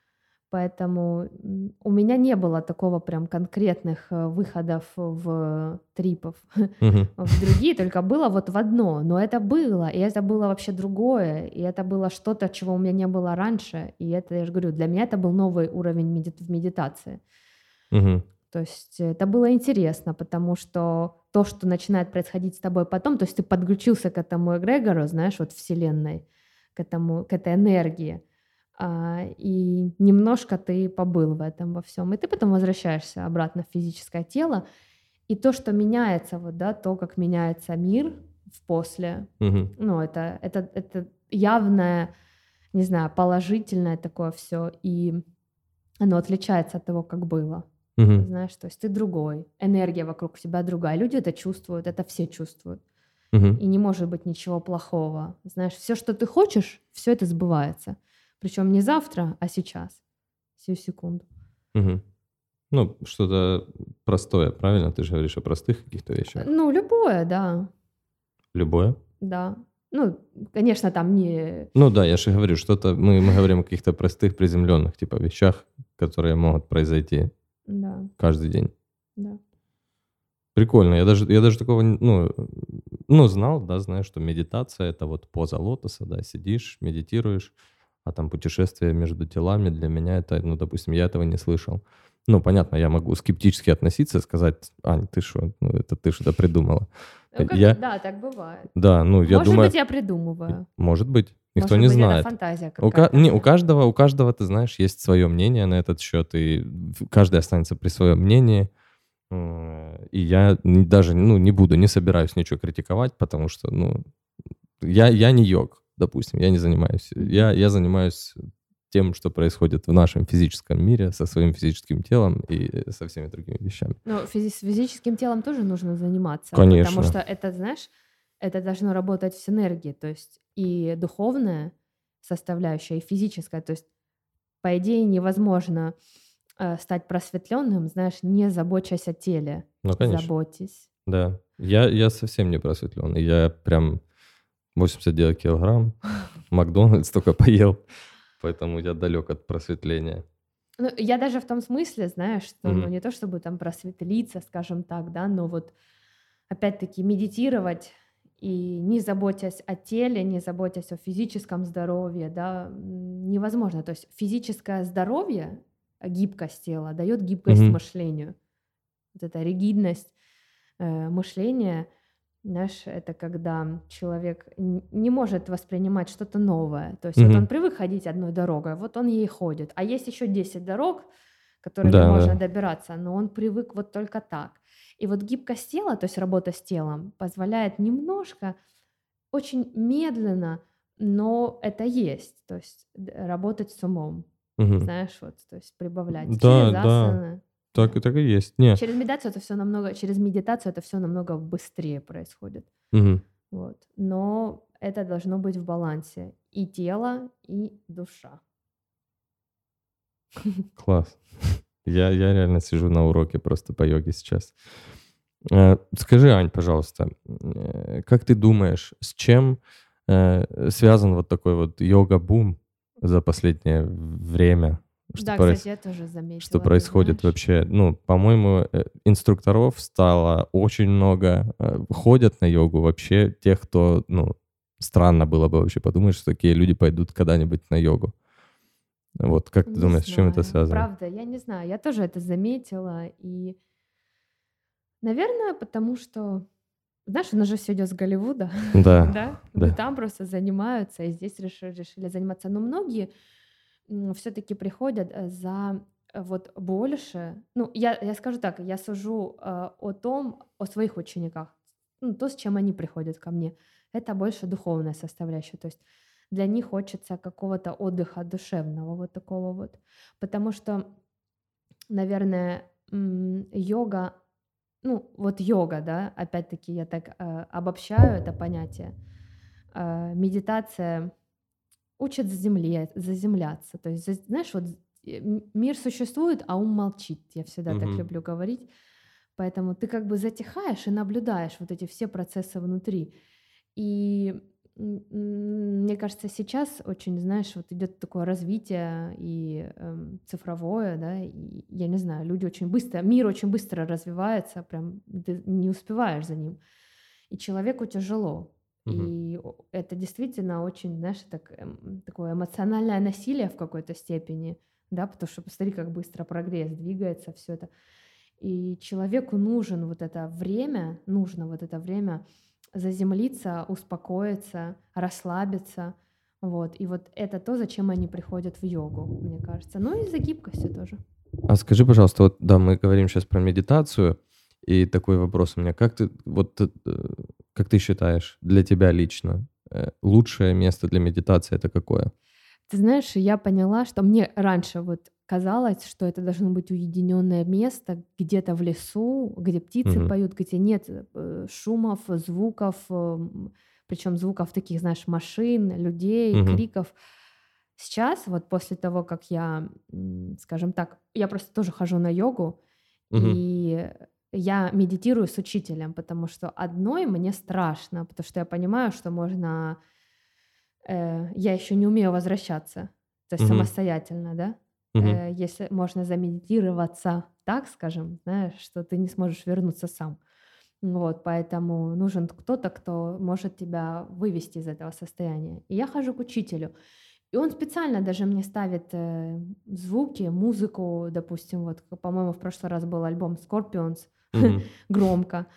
Поэтому м, у меня не было такого прям конкретных э, выходов в трипов Мгм. в другие, только было вот в одно. Но это было, и это было вообще другое, и это было что-то, чего у меня не было раньше. И это, я же говорю, для меня это был новый уровень меди- в медитации. Мгм. То есть это было интересно, потому что то, что начинает происходить с тобой потом, то есть ты подключился к этому эгрегору, знаешь, вот вселенной, к этому, к этой энергии, а, и немножко ты побыл в этом во всем, и ты потом возвращаешься обратно в физическое тело, и то, что меняется, вот, да, то, как меняется мир в после, Мгм. ну, это, это, это явное, не знаю, положительное такое все, и оно отличается от того, как было. Мгм. Знаешь, то есть ты другой, энергия вокруг тебя другая. Люди это чувствуют, это все чувствуют. Мгм. И не может быть ничего плохого. Знаешь, все, что ты хочешь, все это сбывается. Причем не завтра, а сейчас, сию секунду. Мгм. Ну, что-то простое, правильно? Ты же говоришь о простых каких-то вещах. Ну, любое, да, Любое? да. Ну, конечно, там не... Ну да, я же говорю, что-то мы, мы говорим о каких-то простых, приземленных типа вещах, которые могут произойти Да, каждый день. да. Прикольно. Я даже, я даже такого, не- ну, э, ну, знал, да, знаю, что медитация — это вот поза лотоса, да, сидишь, медитируешь, а там путешествие между телами для меня это, ну, допустим, я этого не слышал. Ну, понятно, я могу скептически относиться, сказать: Ань, ты что, ну, это ты что-то придумала. Ну, как, Я, да, так бывает. да, ну, я Может думаю, быть, я придумываю. может быть, никто Может не быть, это знает. фантазия У, ка- какая-то не, у моя. каждого, у каждого, ты знаешь, есть свое мнение на этот счет, и в- каждый останется при своем мнении. Э, И я н- даже, ну, не буду, не собираюсь ничего критиковать, потому что, ну, я, я не йог, допустим, я не занимаюсь. Мгм. Я, я занимаюсь тем, что происходит в нашем физическом мире, со своим физическим телом и э, со всеми другими вещами. Но физи- с физическим телом тоже нужно заниматься, потому Конечно. что это, знаешь, это должно работать в синергии, то есть и духовная составляющая, и физическая. То есть, по идее, невозможно э, стать просветленным, знаешь, не заботясь о теле. Ну, конечно. Заботьтесь. Да. Я, я совсем не просветленный. Я прям восемьдесят девять килограмм, Макдональдс только поел, поэтому я далек от просветления. Ну, я даже в том смысле, знаешь, что, ну, Мгм. не то чтобы там просветлиться, скажем так, да, но вот опять-таки медитировать и не заботясь о теле, не заботясь о физическом здоровье, да, м, невозможно. То есть физическое здоровье, а, гибкость тела дает гибкость Мгм. мышлению. Вот эта ригидность э, мышления, знаешь, это когда человек н- не может воспринимать что-то новое. То есть вот он Мгм. привык ходить одной дорогой, вот он ей ходит. А есть еще десять дорог, которыми Да, можно да. добираться, но он привык вот только так. И вот гибкость тела, то есть работа с телом, позволяет немножко, очень медленно, но это есть, то есть д- работать с умом, Мгм. знаешь, вот, то есть прибавлять Да, через да, асаны, так да. и так и есть. Не. Через медитацию это все намного, через медитацию это все намного быстрее происходит, Мгм. вот. Но это должно быть в балансе и тело, и душа. Класс. Я, я реально сижу на уроке просто по йоге сейчас. Э, Скажи, Ань, пожалуйста, э, как ты думаешь, с чем э, связан вот такой вот йога-бум за последнее время? Что, Да, кстати, проис- я тоже что заметила, ты происходит знаешь. вообще? Ну, по-моему, э, инструкторов стало очень много. э, Ходят на йогу вообще тех, кто, ну, странно было бы вообще подумать, что такие люди пойдут когда-нибудь на йогу. Вот как ты Не думаешь, с чем это знаю, связано? правда, я не знаю, я тоже это заметила, и, наверное, потому что, знаешь, у нас же все идет с Голливуда, Да, да, вот и да. там просто занимаются, и здесь решили, решили заниматься, но многие все-таки приходят э, за э, вот больше, ну, я, я скажу так, я сужу э, о том, о своих учениках, ну, то, с чем они приходят ко мне, это больше духовная составляющая, то есть для них хочется какого-то отдыха душевного, вот такого вот, потому что, наверное, м, йога, ну, вот йога, да, опять-таки я так э, обобщаю это понятие, э, медитация учат заземле заземляться. То есть, заз знаешь, вот э, м мир существует, а ум молчит. Я всегда так Мгм. люблю говорить. Поэтому ты как бы затихаешь и наблюдаешь вот эти все процессы внутри. И М, м, Мне кажется, сейчас очень, знаешь, вот идет такое развитие и эм, цифровое, да, и я не знаю, люди очень быстро, мир очень быстро развивается, прям ты не успеваешь за ним, и человеку тяжело. Мгм. И о- это действительно очень, знаешь, так, эм, такое эмоциональное насилие в какой-то степени, да, потому что посмотри, как быстро прогресс двигается, все это. И человеку нужен вот это время, нужно вот это время заземлиться, успокоиться, расслабиться. Вот. И вот это то, зачем они приходят в йогу, мне кажется. Ну и за гибкостью тоже. А скажи, пожалуйста, вот да, мы говорим сейчас про медитацию, и такой вопрос у меня. Как ты, вот, э, как ты считаешь, для тебя лично, э, лучшее место для медитации это какое? Ты знаешь, я поняла, что мне раньше вот казалось, что это должно быть уединенное место где-то в лесу, где птицы Мгм. поют, где нет э, шумов, звуков, причем звуков таких, знаешь, машин, людей, Мгм. криков. Сейчас, вот после того, как я, м, скажем так, я просто тоже хожу на йогу, Мгм. и я медитирую с учителем, потому что одной мне страшно, потому что я понимаю, что можно э, я еще не умею возвращаться, то есть Мгм. самостоятельно, да. Мгм. Э, если можно замедитироваться, так скажем, знаешь, что ты не сможешь вернуться сам. Вот, поэтому нужен кто-то, кто может тебя вывести из этого состояния. И я хожу к учителю, и он специально даже мне ставит э, звуки, музыку, допустим, вот, как, по-моему, в прошлый раз был альбом Scorpions, Мгм. громко,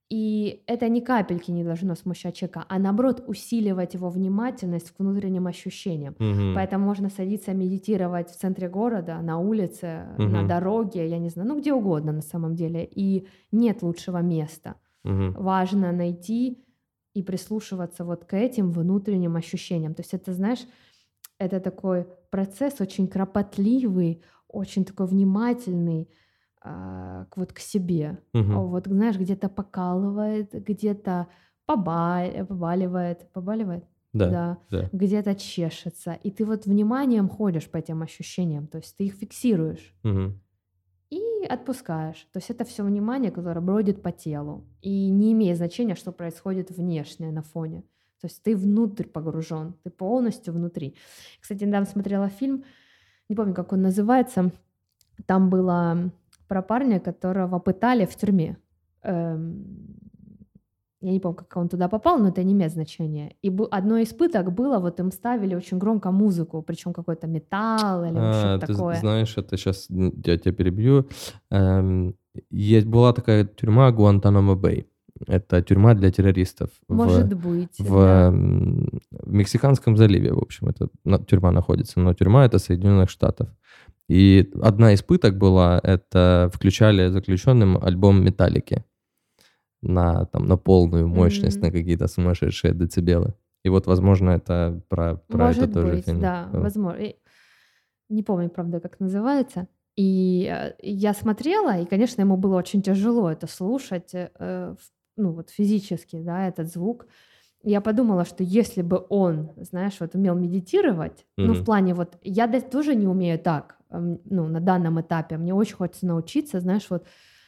и это ни капельки не должно смущать человека, а наоборот усиливать его внимательность к внутренним ощущениям. Мгм. Поэтому можно садиться медитировать в центре города, на улице, на Мгм. дороге, я не знаю, ну где угодно на самом деле. И нет лучшего места. Мгм. Важно найти и прислушиваться вот к этим внутренним ощущениям. То есть это, знаешь, это такой процесс очень кропотливый, очень такой внимательный, а, к вот к себе. А Мгм. вот, знаешь, где-то покалывает, где-то поба побаливает, побаливает? Да, Да, да. где-то чешется. И ты вот вниманием ходишь по этим ощущениям, то есть ты их фиксируешь Мгм. и отпускаешь. То есть это все внимание, которое бродит по телу. И не имеет значения, что происходит внешне на фоне. То есть ты внутрь погружен, ты полностью внутри. Кстати, недавно смотрела фильм, не помню, как он называется. Там было про парня, которого пытали в тюрьме. Эм, я не помню, как он туда попал, но это не имеет значения. И бу- одно из пыток было, вот им ставили очень громко музыку, причем какой-то металл или вот что-то А, ты з такое. знаешь, это щас, я тебя перебью. Эм, есть была такая тюрьма Гуантанамо-Бэй. Это тюрьма для террористов в Может быть, в, да. м, в Мексиканском заливе, в общем, эта на тюрьма находится. Но тюрьма — это Соединенных Штатов. И одна из пыток была — это включали заключенным альбом "Металлики" на, там, на полную мощность, на М, какие-то сумасшедшие децибелы. И вот, возможно, это про про это Может тоже быть, фильм. да, Э, возможно. Не помню, правда, как называется. И, э, я смотрела, и, конечно, ему было очень тяжело это слушать, э, э, ф ну, вот физически, да, этот звук. Я подумала, что если бы он, знаешь, вот умел медитировать, ну, в Мгм. плане вот я да тоже не умею так, ам, ну, на данном этапе. Мне очень хочется научиться, знаешь, вот,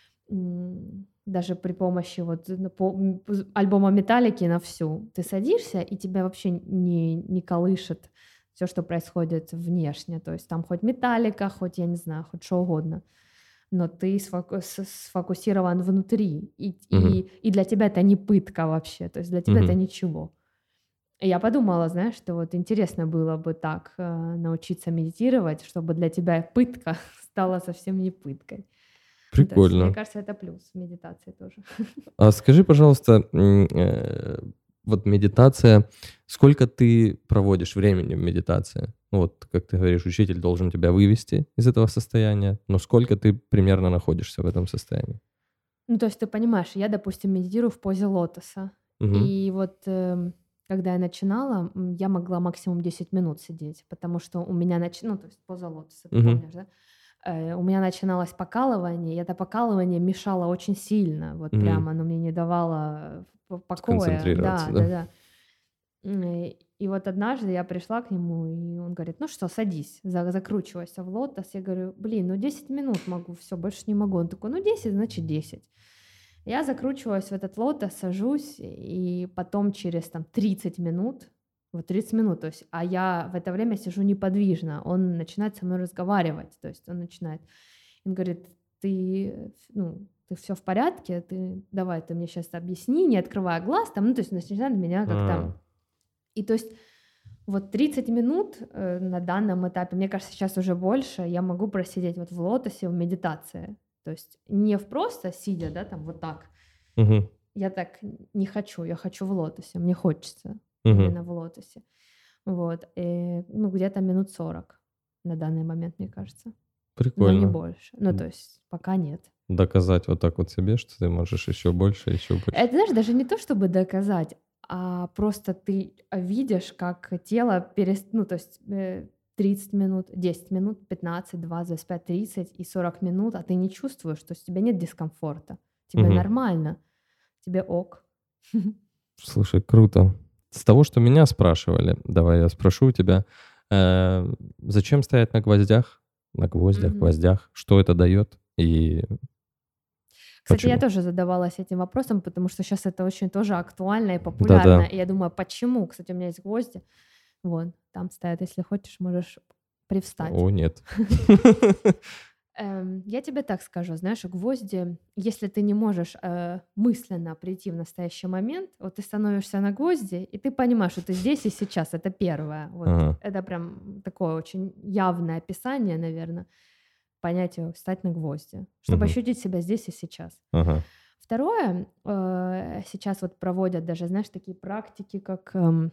м, даже при помощи вот на по м, пз альбома "Металлики" на всю. Ты садишься, и тебя вообще не не колышет все, что происходит внешне. То есть там хоть "Металлика", хоть, я не знаю, хоть что угодно, но ты сфоку с сфокусирован внутри, и Мгм. и и для тебя это не пытка вообще, то есть для тебя это Мгм. ничего. И я подумала, знаешь, что вот интересно было бы так, э, научиться медитировать, чтобы для тебя пытка стала совсем не пыткой. Ну, то есть, мне Прикольно. кажется, это плюс медитации тоже. А скажи, пожалуйста, м, э, вот медитация, сколько ты проводишь времени в медитации? Ну вот, как ты говоришь, учитель должен тебя вывести из этого состояния, но сколько ты примерно находишься в этом состоянии? Ну, то есть ты понимаешь, я, допустим, медитирую в позе лотоса. Мгм. И вот, эм, когда я начинала, м, я могла максимум десять минут сидеть, потому что у меня нач ну, то есть поза лотоса, ты Мгм. помнишь, да? Э, у меня начиналось покалывание, и это покалывание мешало очень сильно. Вот Мгм. прямо оно мне не давало п покоя. Сконцентрироваться, Да, да? да-да. М, и и вот однажды я пришла к нему, и он говорит: "Ну что, садись, за закручивайся в лотос". Я говорю: "Блин, ну десять минут могу, все больше не могу". Он такой: "Ну десять, значит десять". Я закручиваюсь в этот лотос, сажусь, и потом через там тридцать минут, вот тридцать минут, то есть, а я в это время сижу неподвижно, он начинает со мной разговаривать, то есть он начинает, он говорит, ты, ну, ты все в порядке, ты давай, ты мне сейчас объясни, не открывая глаз, там, ну, то есть начинает меня А, как-то, и то есть вот тридцать минут э, на данном этапе, мне кажется, сейчас уже больше, я могу просидеть вот в лотосе, в медитации. То есть не в просто сидя, да, там вот так. мгм, Я так не хочу, я хочу в лотосе, мне хочется мгм. именно в лотосе. Вот, э, ну, где-то минут сорок на данный момент, мне кажется, но не Прикольно. больше. Ну, то М, есть пока нет. Доказать вот так вот себе, что ты можешь еще больше, еще больше. Это, знаешь, даже не то, чтобы доказать, а просто ты а, видишь, как тело перес... ну, то есть э, тридцать минут, десять минут, пятнадцать, двадцать, двадцать пять, тридцать и сорок минут, а ты не чувствуешь, что у тебя нет дискомфорта. Тебе Мгм. нормально, тебе ок. Слушай, круто. С того, что меня спрашивали, давай я спрошу у тебя, э, зачем стоять на гвоздях, на гвоздях, Мгм. гвоздях, что это дает и Кстати, я почему? тоже задавалась этим вопросом, потому что сейчас это очень тоже актуально и популярно. Да-да. И я думаю, почему? Кстати, у меня есть гвозди. Вон, там стоят, если хочешь, можешь привстать. О, нет. Эм, я тебе так скажу, знаешь, гвозди, если ты не можешь э, мысленно прийти в настоящий момент, вот ты становишься на гвозди, и ты понимаешь, что ты здесь и сейчас, это первое. Вот Ага, это прям такое очень явное описание, наверное, понятия встать на гвозди, чтобы мгм, ощутить себя здесь и сейчас. ага. Второе, э, сейчас вот проводят даже, знаешь, такие практики, как эм,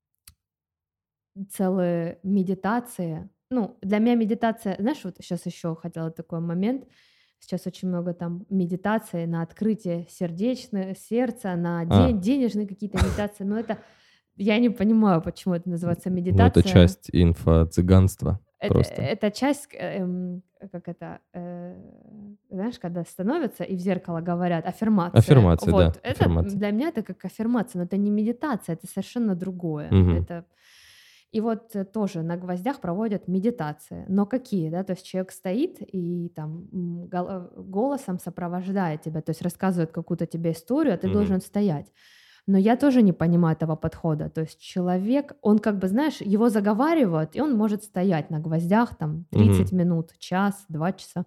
целые медитации. Ну, для меня медитация, знаешь, вот сейчас еще хотела такой момент. Сейчас очень много там медитации на открытие сердечного сердца, на А, день, денежные какие-то медитации. Но это я не понимаю, почему это называется ну это медитация. часть инфо-цыганства Это, просто. это часть, эм, как это, э, знаешь, когда становятся и в зеркало говорят, аффирмация. Аффирмации, да, Вот, это аффирмации. для меня это как аффирмация, но это не медитация, это совершенно другое. Мгм, Это и вот э, тоже на гвоздях проводят медитации. Но какие, да? То есть человек стоит и там м, гол- э, голосом сопровождает тебя, то есть рассказывает какую-то тебе историю, а ты мгм, должен стоять. Но я тоже не понимаю этого подхода. То есть человек, он как бы, знаешь, его заговаривают, и он может стоять на гвоздях там мгм, тридцать минут, час, два часа.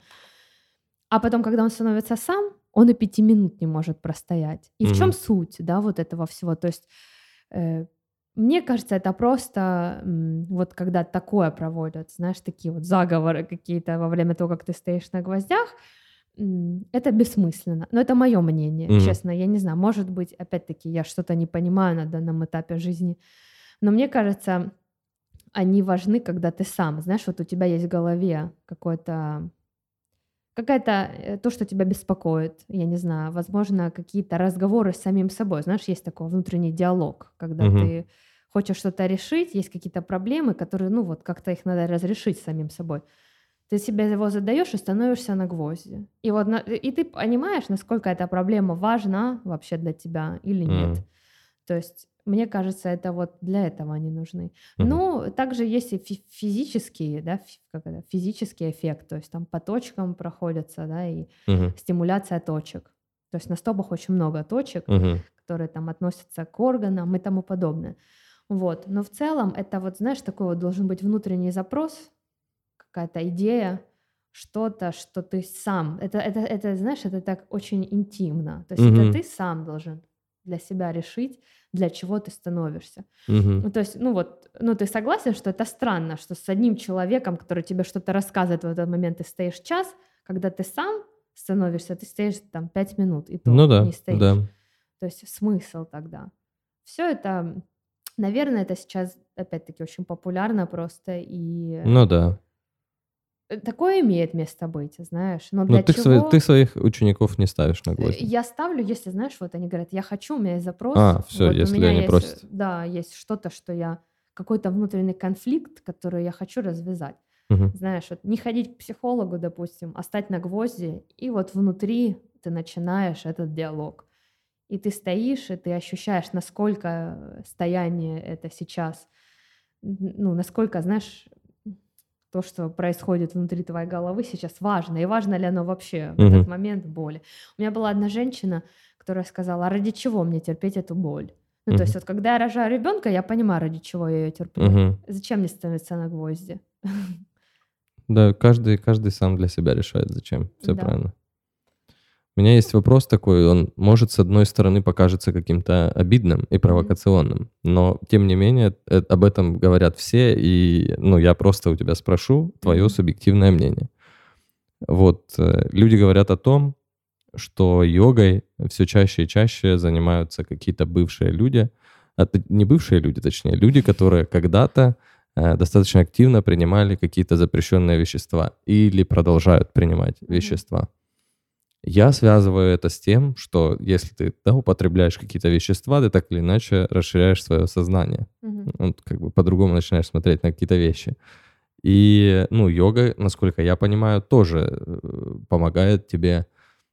А потом, когда он становится сам, он и пяти минут не может простоять. И в чем мгм, суть, да, вот этого всего? То есть э, мне кажется, это просто м, вот когда такое проводят, знаешь, такие вот заговоры какие-то во время того, как ты стоишь на гвоздях, м, это бессмысленно. Но это мое мнение, мгм, честно, я не знаю. Может быть, опять-таки, я что-то не понимаю на данном этапе жизни. Но мне кажется, они важны, когда ты сам, знаешь, вот у тебя есть в голове какой-то какая-то, э, то, что тебя беспокоит, я не знаю, возможно, какие-то разговоры с самим собой. Знаешь, есть такой внутренний диалог, когда мгм, ты хочешь что-то решить, есть какие-то проблемы, которые, ну вот, как-то их надо разрешить с самим собой. Ты себе его задаешь и становишься на гвозди. И вот на- и ты понимаешь, насколько эта проблема важна вообще для тебя или нет. м, То есть, мне кажется, это вот для этого они нужны. мгм, Ну, также есть и фи- физические, да, фи- как это, физический эффект, то есть там по точкам проходятся, да, и мгм, стимуляция точек. То есть на стопах очень много точек, мгм, которые там относятся к органам и тому подобное. Вот. Но в целом это вот, знаешь, такой вот должен быть внутренний запрос, какая-то идея, что-то, что ты сам. Это, это, это, знаешь, это так очень интимно. То есть это мгм, ты сам должен для себя решить, для чего ты становишься. мгм. Ну, то есть, ну вот, ну ты согласен, что это странно, что с одним человеком, который тебе что-то рассказывает в этот момент, ты стоишь час, когда ты сам становишься, ты стоишь там пять минут, и Ну то да, не да. стоишь. То есть смысл тогда. Все это, наверное, это сейчас, опять-таки, очень популярно просто, и Ну да. Э, такое имеет место быть, знаешь. Но Но для ты, сво- ты чего? своих учеников не ставишь на Э, гвозди. я ставлю, если, знаешь, вот они говорят: "Я хочу", у меня есть запрос, А, все, вот у если меня они есть, э, просят. да, есть что-то, что я какой-то внутренний конфликт, который я хочу развязать. Мгм, Знаешь, вот не ходить к психологу, допустим, а стать на гвозди, и вот внутри ты начинаешь этот диалог. И ты стоишь, и ты ощущаешь, насколько, э, стояние это сейчас, н ну, насколько, знаешь, то, что происходит внутри твоей головы сейчас, важно. И важно ли оно вообще в Мгм. этот момент боли. У меня была одна женщина, которая сказала: а ради чего мне терпеть эту боль? Ну, то есть Мгм. вот когда я рожаю ребенка, я понимаю, ради чего я ее терплю. Мгм. Зачем мне становиться на гвозди? Да, каждый, каждый сам для себя решает, зачем. Все Да. правильно. У меня есть вопрос такой, он может, с одной стороны, покажется каким-то обидным и Мгм. провокационным, но, тем не менее, э, об этом говорят все, и, ну, я просто у тебя спрошу твое Мгм. субъективное мнение. Вот, э, люди говорят о том, что йогой все чаще и чаще занимаются какие-то бывшие люди, а, т не бывшие люди, точнее, люди, которые когда-то, э, достаточно активно принимали какие-то запрещенные вещества или продолжают принимать Мгм. вещества. Я связываю это с тем, что если ты, да, употребляешь какие-то вещества, ты так или иначе расширяешь свое сознание. Мгм. Ну, как бы по-другому начинаешь смотреть на какие-то вещи. И, ну, йога, насколько я понимаю, тоже, э, помогает тебе,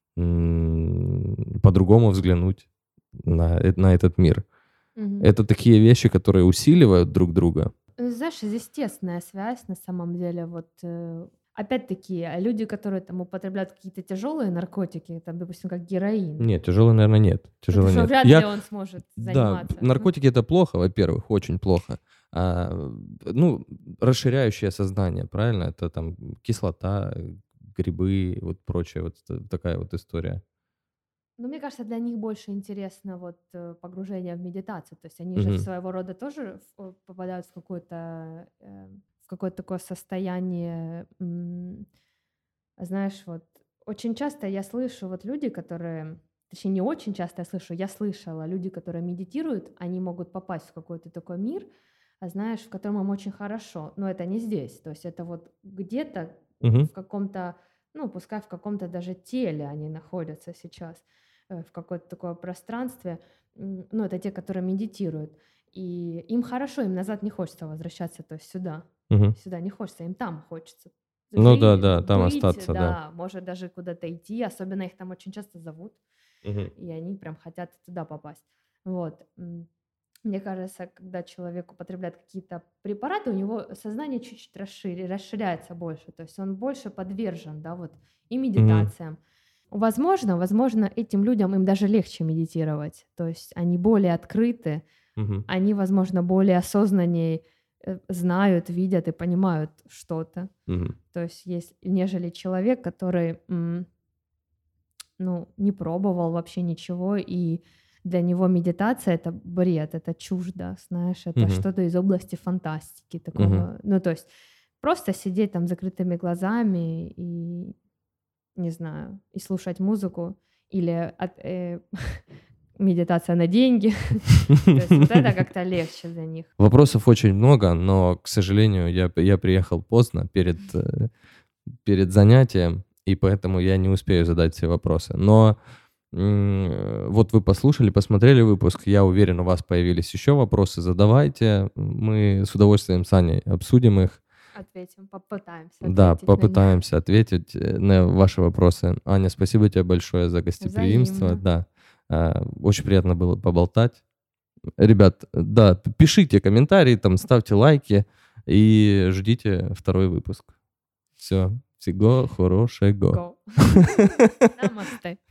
м, по-другому взглянуть на э на этот мир. Мгм. Это такие вещи, которые усиливают друг друга. Э, Знаешь, естественная связь на самом деле. Вот э, опять-таки, а люди, которые там употребляют какие-то тяжелые наркотики, там, допустим, как героин, Нет, тяжелый, наверное, нет. потому Тяжелый что нет. вряд ли Я он сможет Да, заниматься. Ну, наркотики это плохо, во-первых, очень плохо. А, ну, расширяющее сознание, правильно? Это там кислота, э, грибы, вот прочее, вот т такая вот история. Но мне кажется, для них больше интересно вот э, погружение в медитацию. То есть они же Мгм. своего рода тоже в- э, попадают в какое-то э, в какое-то такое состояние, м, знаешь, вот очень часто я слышу вот люди, которые, точнее не очень часто я слышу, я слышала, люди, которые медитируют, они могут попасть в какой-то такой мир, а знаешь, в котором им очень хорошо, но это не здесь, то есть это вот где-то Мгм. в каком-то, ну, пускай в каком-то даже теле они находятся сейчас, э, в какое-то такое пространстве, м, ну, это те, которые медитируют, и им хорошо, им назад не хочется возвращаться, то есть сюда, Мгм. сюда не хочется, им там хочется Ну жить, да-да, там быть, остаться, да. да, может даже куда-то идти, особенно их там очень часто зовут, Мгм. и они прям хотят туда попасть. Вот. м. Мне кажется, когда человек употребляет какие-то препараты, у него сознание чуть-чуть расшири- расширяется больше, то есть он больше подвержен, да, вот и Мгм. медитациям. Возможно, возможно, этим людям им даже легче медитировать, то есть они более открыты, Мгм. они, возможно, более осознаннее э, знают, видят и понимают что-то. Мгм. То есть, есть, нежели человек, который, м, ну, не пробовал вообще ничего, и для него медитация — это бред, это чуждо, знаешь, это Мгм. что-то из области фантастики Мгм. такого. Ну, то есть просто сидеть там с закрытыми глазами и, не знаю, и слушать музыку или от- э, медитация на деньги. То есть вот это как-то легче для них. Вопросов очень много, но, к сожалению, я я приехал поздно перед, э, перед занятием, и поэтому я не успею задать все вопросы. Но, м, э, вот вы послушали, посмотрели выпуск. Я уверен, у вас появились еще вопросы. Задавайте. Мы с удовольствием с Аней обсудим их. Ответим, попытаемся Да, ответить на них. попытаемся ответить, э, на ваши вопросы. Аня, спасибо тебе большое за гостеприимство. Взаимно. Да, а, очень приятно было поболтать. Ребят, да, п пишите комментарии, там, ставьте лайки и ждите второй выпуск. Все, всего хорошего. Go. Намасте.